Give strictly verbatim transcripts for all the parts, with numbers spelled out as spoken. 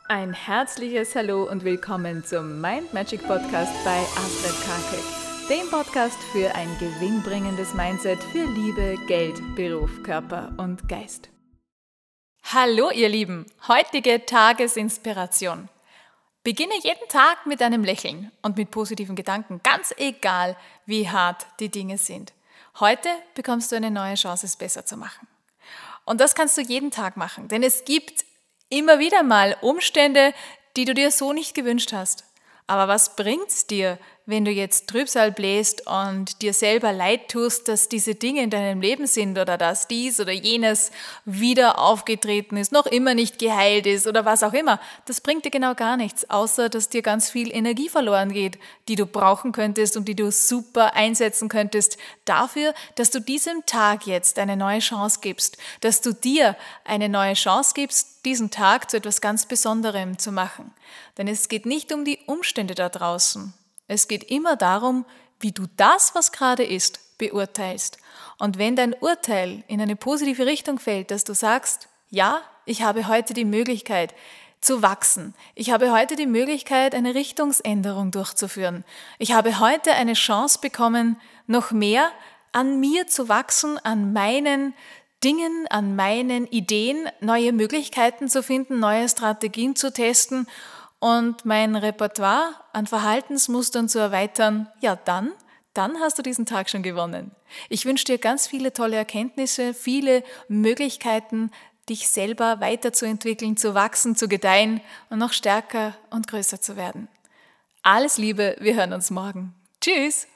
Ein herzliches Hallo und willkommen zum Mind Magic Podcast bei Astrid Karke, dem Podcast für ein gewinnbringendes Mindset für Liebe, Geld, Beruf, Körper und Geist. Hallo ihr Lieben, heutige Tagesinspiration. Beginne jeden Tag mit einem Lächeln und mit positiven Gedanken, ganz egal wie hart die Dinge sind. Heute bekommst du eine neue Chance, es besser zu machen. Und das kannst du jeden Tag machen, denn es gibt immer wieder mal Umstände, die du dir so nicht gewünscht hast. Aber was bringt's dir, wenn du jetzt Trübsal bläst und dir selber leid tust, dass diese Dinge in deinem Leben sind oder dass dies oder jenes wieder aufgetreten ist, noch immer nicht geheilt ist oder was auch immer? Das bringt dir genau gar nichts, außer dass dir ganz viel Energie verloren geht, die du brauchen könntest und die du super einsetzen könntest dafür, dass du diesem Tag jetzt eine neue Chance gibst, dass du dir eine neue Chance gibst, diesen Tag zu etwas ganz Besonderem zu machen. Denn es geht nicht um die Umstände da draußen. Es geht immer darum, wie du das, was gerade ist, beurteilst. Und wenn dein Urteil in eine positive Richtung fällt, dass du sagst, ja, ich habe heute die Möglichkeit zu wachsen. Ich habe heute die Möglichkeit, eine Richtungsänderung durchzuführen. Ich habe heute eine Chance bekommen, noch mehr an mir zu wachsen, an meinen Dingen, an meinen Ideen, neue Möglichkeiten zu finden, neue Strategien zu testen und mein Repertoire an Verhaltensmustern zu erweitern, ja dann, dann hast du diesen Tag schon gewonnen. Ich wünsche dir ganz viele tolle Erkenntnisse, viele Möglichkeiten, dich selber weiterzuentwickeln, zu wachsen, zu gedeihen und noch stärker und größer zu werden. Alles Liebe, wir hören uns morgen. Tschüss!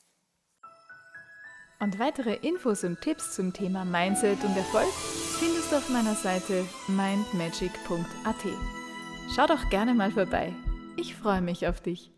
Und weitere Infos und Tipps zum Thema Mindset und Erfolg findest du auf meiner Seite mind magic punkt a t. Schau doch gerne mal vorbei. Ich freue mich auf dich.